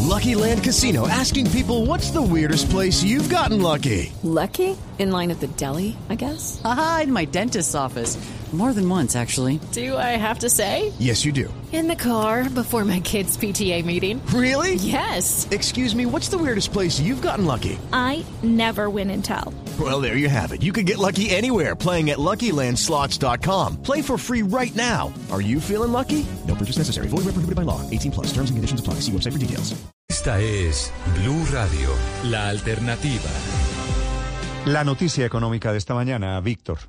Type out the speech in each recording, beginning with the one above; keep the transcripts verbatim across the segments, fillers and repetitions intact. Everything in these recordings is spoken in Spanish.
Lucky Land Casino, asking people, what's the weirdest place you've gotten lucky? Lucky? In line at the deli, I guess? Aha, in my dentist's office. More than once, actually. Do I have to say? Yes, you do. In the car before my kids' P T A meeting. Really? Yes. Excuse me, what's the weirdest place you've gotten lucky? I never win and tell. Well, there you have it. You can get lucky anywhere, playing at Lucky Land Slots dot com. Play for free right now. Are you feeling lucky? No purchase necessary. Void where prohibited by law. eighteen plus. Terms and conditions apply. See website for details. Esta es Blue Radio, la alternativa. La noticia económica de esta mañana, Víctor.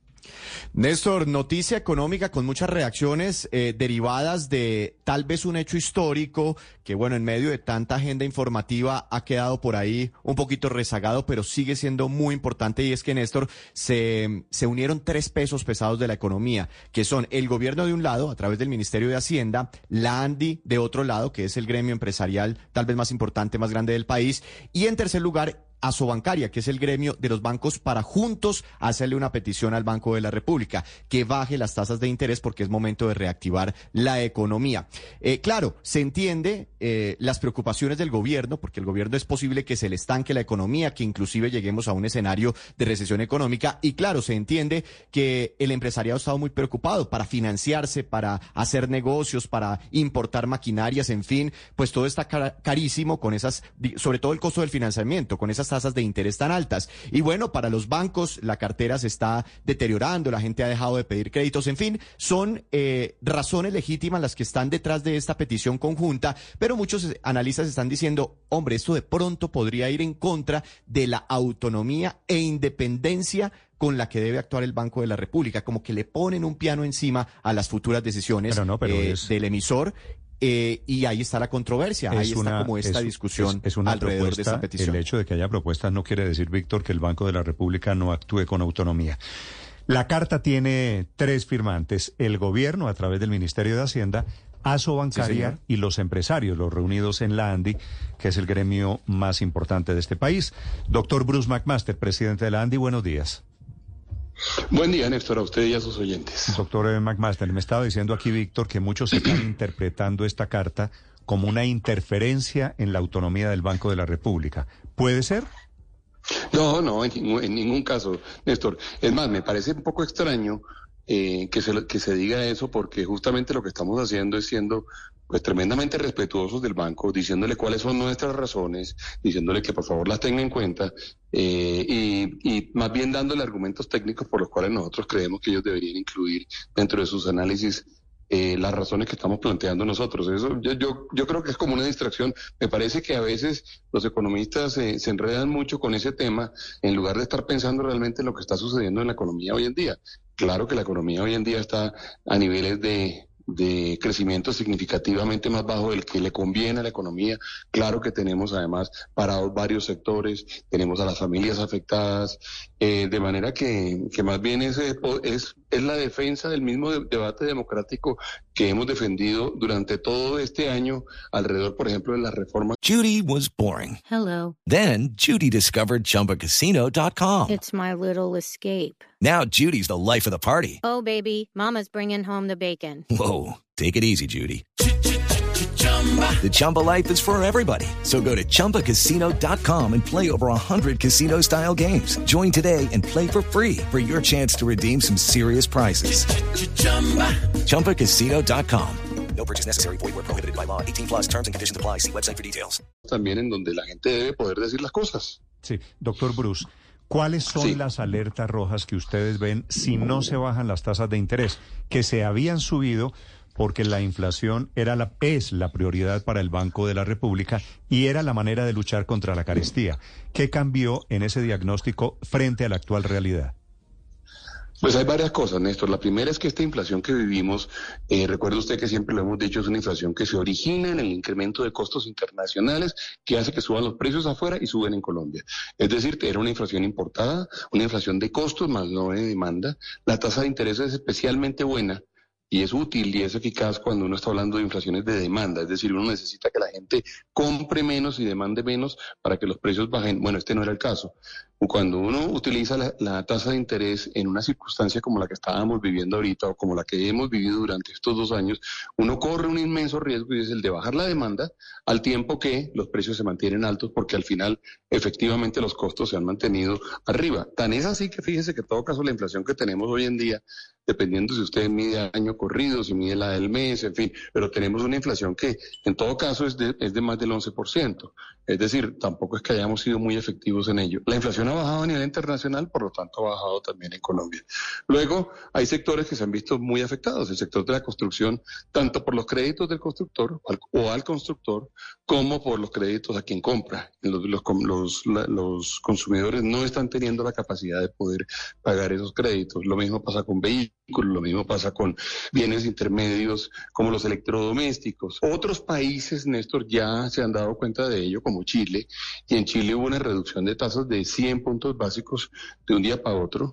Néstor, noticia económica con muchas reacciones eh, derivadas de tal vez un hecho histórico que, bueno, en medio de tanta agenda informativa ha quedado por ahí un poquito rezagado, pero sigue siendo muy importante, y es que, Néstor, se, se unieron tres pesos pesados de la economía, que son el gobierno de un lado, a través del Ministerio de Hacienda, la ANDI de otro lado, que es el gremio empresarial tal vez más importante, más grande del país, y en tercer lugar, Asobancaria, que es el gremio de los bancos, para juntos hacerle una petición al Banco de la República, que baje las tasas de interés porque es momento de reactivar la economía. Eh, claro, se entiende eh, las preocupaciones del gobierno, porque el gobierno es posible que se le estanque la economía, que inclusive lleguemos a un escenario de recesión económica, y claro, se entiende que el empresariado ha estado muy preocupado para financiarse, para hacer negocios, para importar maquinarias, en fin, pues todo está car- carísimo con esas, sobre todo el costo del financiamiento, con esas tasas de interés tan altas. Y bueno, para los bancos la cartera se está deteriorando, la gente ha dejado de pedir créditos, en fin, son eh, razones legítimas las que están detrás de esta petición conjunta, pero muchos analistas están diciendo, hombre, esto de pronto podría ir en contra de la autonomía e independencia con la que debe actuar el Banco de la República, como que le ponen un piano encima a las futuras decisiones pero no, pero eh, es... del emisor. Eh, y ahí está la controversia, ahí está una, como esta es, discusión es, es una alrededor propuesta, de esta petición. El hecho de que haya propuestas no quiere decir, Víctor, que el Banco de la República no actúe con autonomía. La carta tiene tres firmantes: el gobierno a través del Ministerio de Hacienda, Asobancaria sí, y los empresarios, los reunidos en la ANDI, que es el gremio más importante de este país. Doctor Bruce McMaster, presidente de la ANDI, buenos días. Buen día, Néstor, a usted y a sus oyentes. Doctor McMaster, me estaba diciendo aquí, Víctor, que muchos están interpretando esta carta como una interferencia en la autonomía del Banco de la República. ¿Puede ser? No, no, en ningún, en ningún caso, Néstor. Es más, me parece un poco extraño eh, que, se, que se diga eso, porque justamente lo que estamos haciendo es siendo pues tremendamente respetuosos del banco, diciéndole cuáles son nuestras razones, diciéndole que por favor las tenga en cuenta, eh, y, y más bien dándole argumentos técnicos por los cuales nosotros creemos que ellos deberían incluir dentro de sus análisis eh, las razones que estamos planteando nosotros. Eso yo, yo, yo creo que es como una distracción. Me parece que a veces los economistas eh, se enredan mucho con ese tema en lugar de estar pensando realmente en lo que está sucediendo en la economía hoy en día. Claro que la economía hoy en día está a niveles de de crecimiento significativamente más bajo del que le conviene a la economía. Claro que tenemos además parados varios sectores, tenemos a las familias afectadas, eh, de manera que, que más bien ese es, es la defensa del mismo de, debate democrático que hemos defendido durante todo este año alrededor, por ejemplo, de las reformas. Judy was boring. Hello. Then Judy discovered Chumba Casino dot com. It's my little escape. Now Judy's the life of the party. Oh, baby, mama's bringing home the bacon. Whoa, take it easy, Judy. The Chumba life is for everybody. So go to Chumba Casino dot com and play over one hundred casino-style games. Join today and play for free for your chance to redeem some serious prizes. Chumba Casino dot com. No purchase necessary. Void where prohibited by law. eighteen plus terms and conditions apply. See website for details. También en donde la gente debe poder decir las cosas. Sí, doctor Bruce, ¿cuáles son sí. las alertas rojas que ustedes ven si no se bajan las tasas de interés, que se habían subido porque la inflación era la, es la prioridad para el Banco de la República y era la manera de luchar contra la carestía? ¿Qué cambió en ese diagnóstico frente a la actual realidad? Pues hay varias cosas, Néstor. La primera es que esta inflación que vivimos, eh, recuerde usted que siempre lo hemos dicho, es una inflación que se origina en el incremento de costos internacionales que hace que suban los precios afuera y suben en Colombia. Es decir, era una inflación importada, una inflación de costos más no de demanda. La tasa de interés es especialmente buena y es útil y es eficaz cuando uno está hablando de inflaciones de demanda, es decir, uno necesita que la gente compre menos y demande menos para que los precios bajen. Bueno, este no era el caso. Cuando uno utiliza la, la tasa de interés en una circunstancia como la que estábamos viviendo ahorita o como la que hemos vivido durante estos dos años, uno corre un inmenso riesgo y es el de bajar la demanda al tiempo que los precios se mantienen altos, porque al final efectivamente los costos se han mantenido arriba. Tan es así que fíjese que en todo caso la inflación que tenemos hoy en día, dependiendo si usted mide año corrido, si mide la del mes, en fin, pero tenemos una inflación que en todo caso es de, es de más del once por ciento. Es decir, tampoco es que hayamos sido muy efectivos en ello. La inflación ha bajado a nivel internacional, por lo tanto ha bajado también en Colombia. Luego, hay sectores que se han visto muy afectados. El sector de la construcción, tanto por los créditos del constructor o al constructor, como por los créditos a quien compra. Los, los, los, los consumidores no están teniendo la capacidad de poder pagar esos créditos. Lo mismo pasa con vehículos, lo mismo pasa con bienes intermedios como los electrodomésticos. Otros países, Néstor, ya se han dado cuenta de ello, como Chile, y en Chile hubo una reducción de tasas de cien puntos básicos de un día para otro.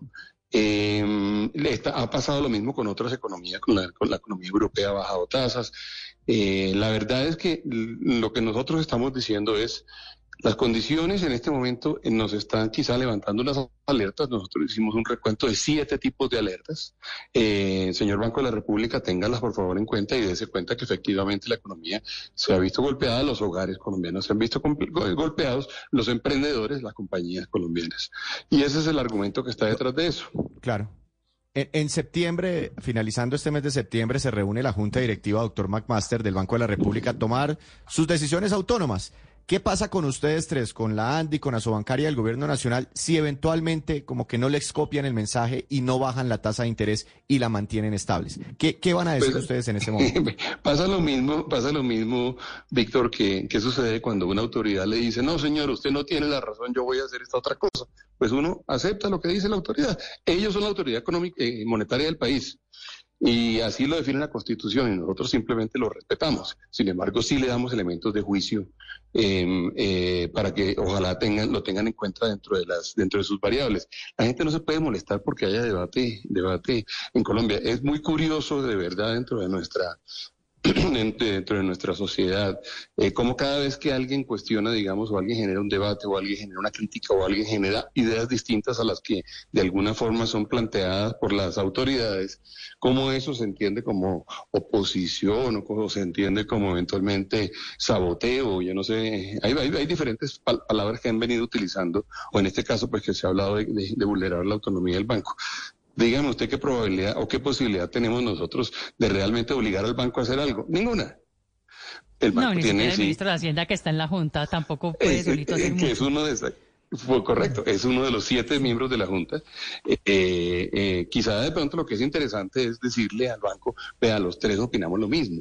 Eh, está, ha pasado lo mismo con otras economías, con la, con la economía europea ha bajado tasas. Eh, la verdad es que lo que nosotros estamos diciendo es, las condiciones en este momento nos están quizá levantando unas alertas. Nosotros hicimos un recuento de siete tipos de alertas. Eh, señor Banco de la República, téngalas por favor en cuenta y dése cuenta que efectivamente la economía se ha visto golpeada, los hogares colombianos se han visto golpeados, los emprendedores, las compañías colombianas. Y ese es el argumento que está detrás de eso. Claro. En, en septiembre, finalizando este mes de septiembre, se reúne la Junta Directiva, doctor McMaster, del Banco de la República, a tomar sus decisiones autónomas. ¿Qué pasa con ustedes tres, con la ANDI, con Asobancaria y el Gobierno Nacional, si eventualmente como que no les copian el mensaje y no bajan la tasa de interés y la mantienen estables? ¿Qué, qué van a decir pues, ustedes en ese momento? Pasa lo mismo, pasa lo mismo, Víctor, que, que sucede cuando una autoridad le dice, no señor, usted no tiene la razón, yo voy a hacer esta otra cosa. Pues uno acepta lo que dice la autoridad. Ellos son la autoridad económica y eh, monetaria del país. Y así lo define la Constitución y nosotros simplemente lo respetamos. Sin embargo, sí le damos elementos de juicio eh, eh, para que ojalá tengan, lo tengan en cuenta dentro de las dentro de sus variables. La gente no se puede molestar porque haya debate, debate en Colombia. Es muy curioso de verdad dentro de nuestra dentro de nuestra sociedad, eh, como cada vez que alguien cuestiona, digamos, o alguien genera un debate, o alguien genera una crítica, o alguien genera ideas distintas a las que de alguna forma son planteadas por las autoridades, cómo eso se entiende como oposición, o cómo se entiende como eventualmente saboteo, yo no sé, hay, hay, hay diferentes pal- palabras que han venido utilizando, o en este caso pues que se ha hablado de, de, de vulnerar la autonomía del banco. Dígame usted qué probabilidad o qué posibilidad tenemos nosotros de realmente obligar al banco a hacer algo. Ninguna. El banco no, ni tiene, el sí, ministro de Hacienda que está en la Junta tampoco puede es, solito hacer que mucho. Es uno de fue correcto, es uno de los siete miembros de la Junta. Eh, eh, quizá de pronto lo que es interesante es decirle al banco, vea, los tres opinamos lo mismo.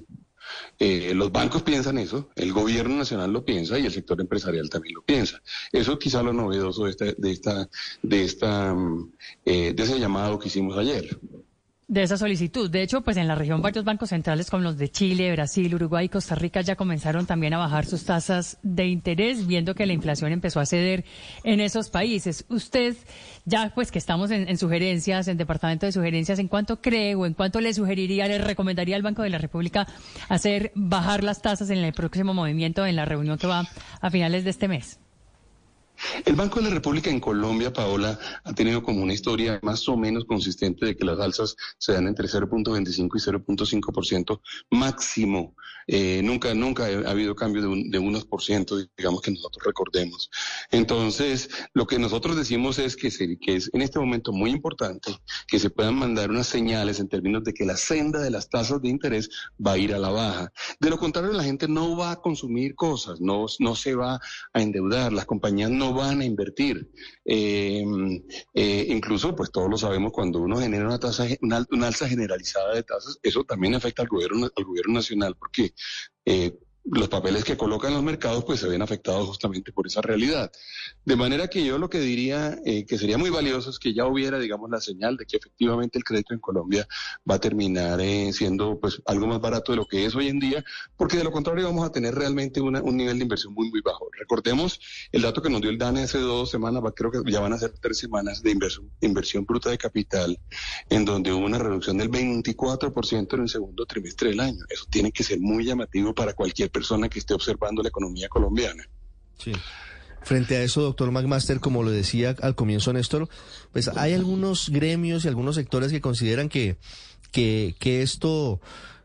Eh, los bancos piensan eso, el gobierno nacional lo piensa y el sector empresarial también lo piensa. Eso quizá lo novedoso de esta, de esta, de esta, eh, de ese llamado que hicimos ayer. De esa solicitud. De hecho, pues en la región varios bancos centrales como los de Chile, Brasil, Uruguay y Costa Rica ya comenzaron también a bajar sus tasas de interés, viendo que la inflación empezó a ceder en esos países. Usted, ya pues que estamos en, en sugerencias, en departamento de sugerencias, ¿en cuánto cree o en cuánto le sugeriría, le recomendaría al Banco de la República hacer bajar las tasas en el próximo movimiento, en la reunión que va a finales de este mes? El Banco de la República en Colombia, Paola, ha tenido como una historia más o menos consistente de que las alzas se dan entre cero punto veinticinco y cero punto cinco por ciento máximo. Eh, nunca, nunca ha habido cambio de, un, de unos por ciento, digamos, que nosotros recordemos. Entonces, lo que nosotros decimos es que, se, que es en este momento muy importante que se puedan mandar unas señales en términos de que la senda de las tasas de interés va a ir a la baja. De lo contrario, la gente no va a consumir cosas, no, no se va a endeudar, las compañías no van a invertir. Eh, eh, incluso, pues todos lo sabemos, cuando uno genera una tasa, una, una alza generalizada de tasas, eso también afecta al gobierno, al gobierno nacional, porque eh, los papeles que colocan los mercados pues se ven afectados justamente por esa realidad. De manera que yo lo que diría eh, que sería muy valioso es que ya hubiera, digamos, la señal de que efectivamente el crédito en Colombia va a terminar eh, siendo pues algo más barato de lo que es hoy en día, porque de lo contrario vamos a tener realmente una, un nivel de inversión muy, muy bajo. Recordemos el dato que nos dio el D A N E hace dos semanas, creo que ya van a ser tres semanas de inversión, inversión bruta de capital, en donde hubo una reducción del veinticuatro por ciento en el segundo trimestre del año. Eso tiene que ser muy llamativo para cualquier persona que esté observando la economía colombiana. Sí. Frente a eso, doctor McMaster, como lo decía al comienzo Néstor, pues hay algunos gremios y algunos sectores que consideran que, que, que esto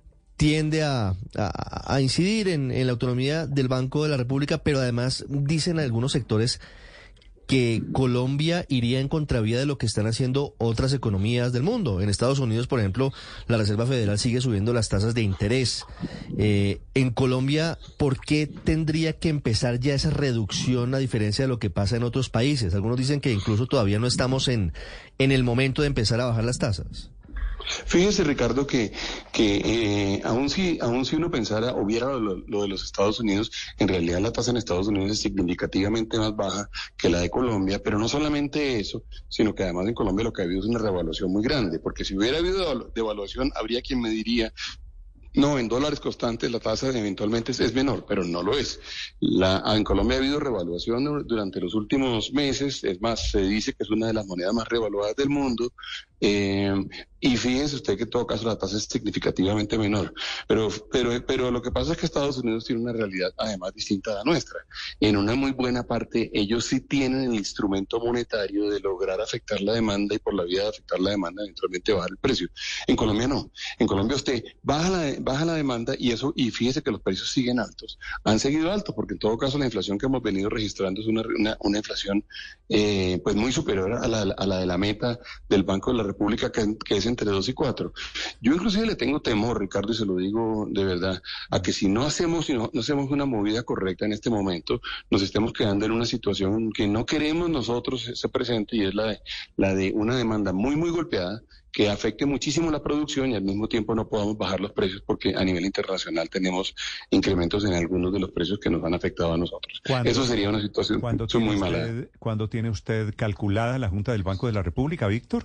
tiende a, a, a incidir en, en la autonomía del Banco de la República, pero además dicen algunos sectores que Colombia iría en contravía de lo que están haciendo otras economías del mundo. En Estados Unidos, por ejemplo, la Reserva Federal sigue subiendo las tasas de interés. Eh, en Colombia, ¿por qué tendría que empezar ya esa reducción a diferencia de lo que pasa en otros países? Algunos dicen que incluso todavía no estamos en, en el momento de empezar a bajar las tasas. Fíjese, Ricardo, que, que eh, aun si aun si uno pensara o viera lo, lo de los Estados Unidos, en realidad la tasa en Estados Unidos es significativamente más baja que la de Colombia, pero no solamente eso, sino que además en Colombia lo que ha habido es una revaluación muy grande, porque si hubiera habido devaluación, habría quien me diría, no, en dólares constantes la tasa eventualmente es, es menor, pero no lo es. La, en Colombia ha habido revaluación durante los últimos meses, es más, se dice que es una de las monedas más revaluadas del mundo, eh, y fíjense usted que en todo caso la tasa es significativamente menor. Pero, pero, pero lo que pasa es que Estados Unidos tiene una realidad además distinta a la nuestra. En una muy buena parte, ellos sí tienen el instrumento monetario de lograr afectar la demanda y por la vía de afectar la demanda eventualmente bajar el precio. En Colombia no. En Colombia usted baja la, baja la demanda y eso, y fíjese que los precios siguen altos. Han seguido altos porque en todo caso la inflación que hemos venido registrando es una, una, una inflación eh, pues muy superior a la, a la de la meta del Banco de la República, que, que es entre dos y cuatro. Yo inclusive le tengo temor, Ricardo, y se lo digo de verdad, a que si no hacemos, si no, no hacemos una movida correcta en este momento, nos estemos quedando en una situación que no queremos nosotros se presente, y es la de, la de una demanda muy, muy golpeada, que afecte muchísimo la producción y al mismo tiempo no podamos bajar los precios porque a nivel internacional tenemos incrementos en algunos de los precios que nos han afectado a nosotros. Eso sería una situación muy usted, mala. ¿Cuándo tiene usted calculada la Junta del Banco de la República, Víctor?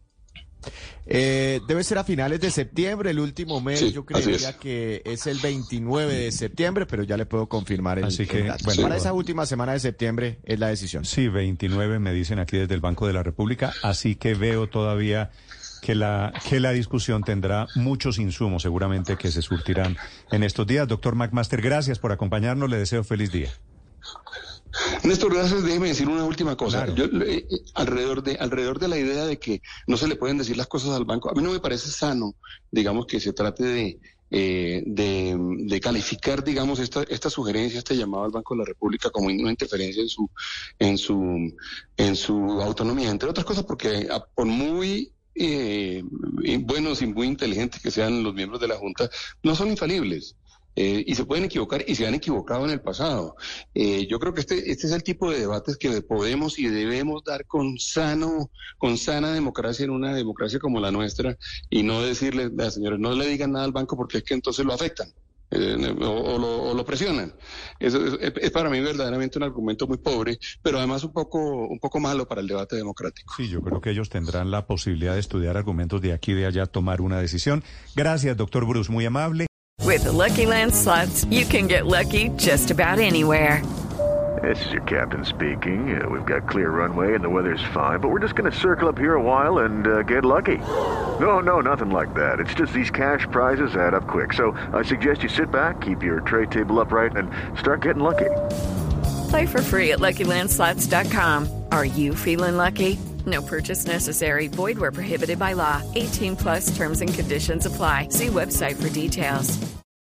Eh, debe ser a finales de septiembre, el último mes, sí, yo creería es. que es el veintinueve de septiembre, pero ya le puedo confirmar el, así que, el dato. bueno, para esa última semana de septiembre es la decisión. Sí, veintinueve me dicen aquí desde el Banco de la República, así que veo todavía que la, que la discusión tendrá muchos insumos seguramente que se surtirán en estos días. Doctor McMaster, gracias por acompañarnos, le deseo feliz día. Néstor, gracias. Déjeme decir una última cosa. Claro. Yo, eh, alrededor de alrededor de la idea de que no se le pueden decir las cosas al banco, a mí no me parece sano, digamos, que se trate de eh, de, de calificar, digamos, esta esta sugerencia, este llamado al Banco de la República como una interferencia en su en su en su autonomía, entre otras cosas, porque a, por muy eh, buenos y muy inteligentes que sean los miembros de la Junta, no son infalibles. Eh, y se pueden equivocar y se han equivocado en el pasado. Eh, yo creo que este este es el tipo de debates que podemos y debemos dar con sano, con sana democracia en una democracia como la nuestra, y no decirle, ah, señores, no le digan nada al banco porque es que entonces lo afectan. Eh, o, o, lo, o lo presionan. Eso es, es para mí verdaderamente un argumento muy pobre, pero además un poco un poco malo para el debate democrático. Sí, yo creo que ellos tendrán la posibilidad de estudiar argumentos de aquí y de allá, tomar una decisión. Gracias, doctor Bruce, muy amable. With the Lucky Land Slots, you can get lucky just about anywhere. This is your captain speaking. Uh, we've got clear runway and the weather's fine, but we're just going to circle up here a while and uh, get lucky. No, no, nothing like that. It's just these cash prizes add up quick. So I suggest you sit back, keep your tray table upright, and start getting lucky. Play for free at Lucky Land Slots dot com. Are you feeling lucky? No purchase necessary. Void where prohibited by law. eighteen plus terms and conditions apply. See website for details.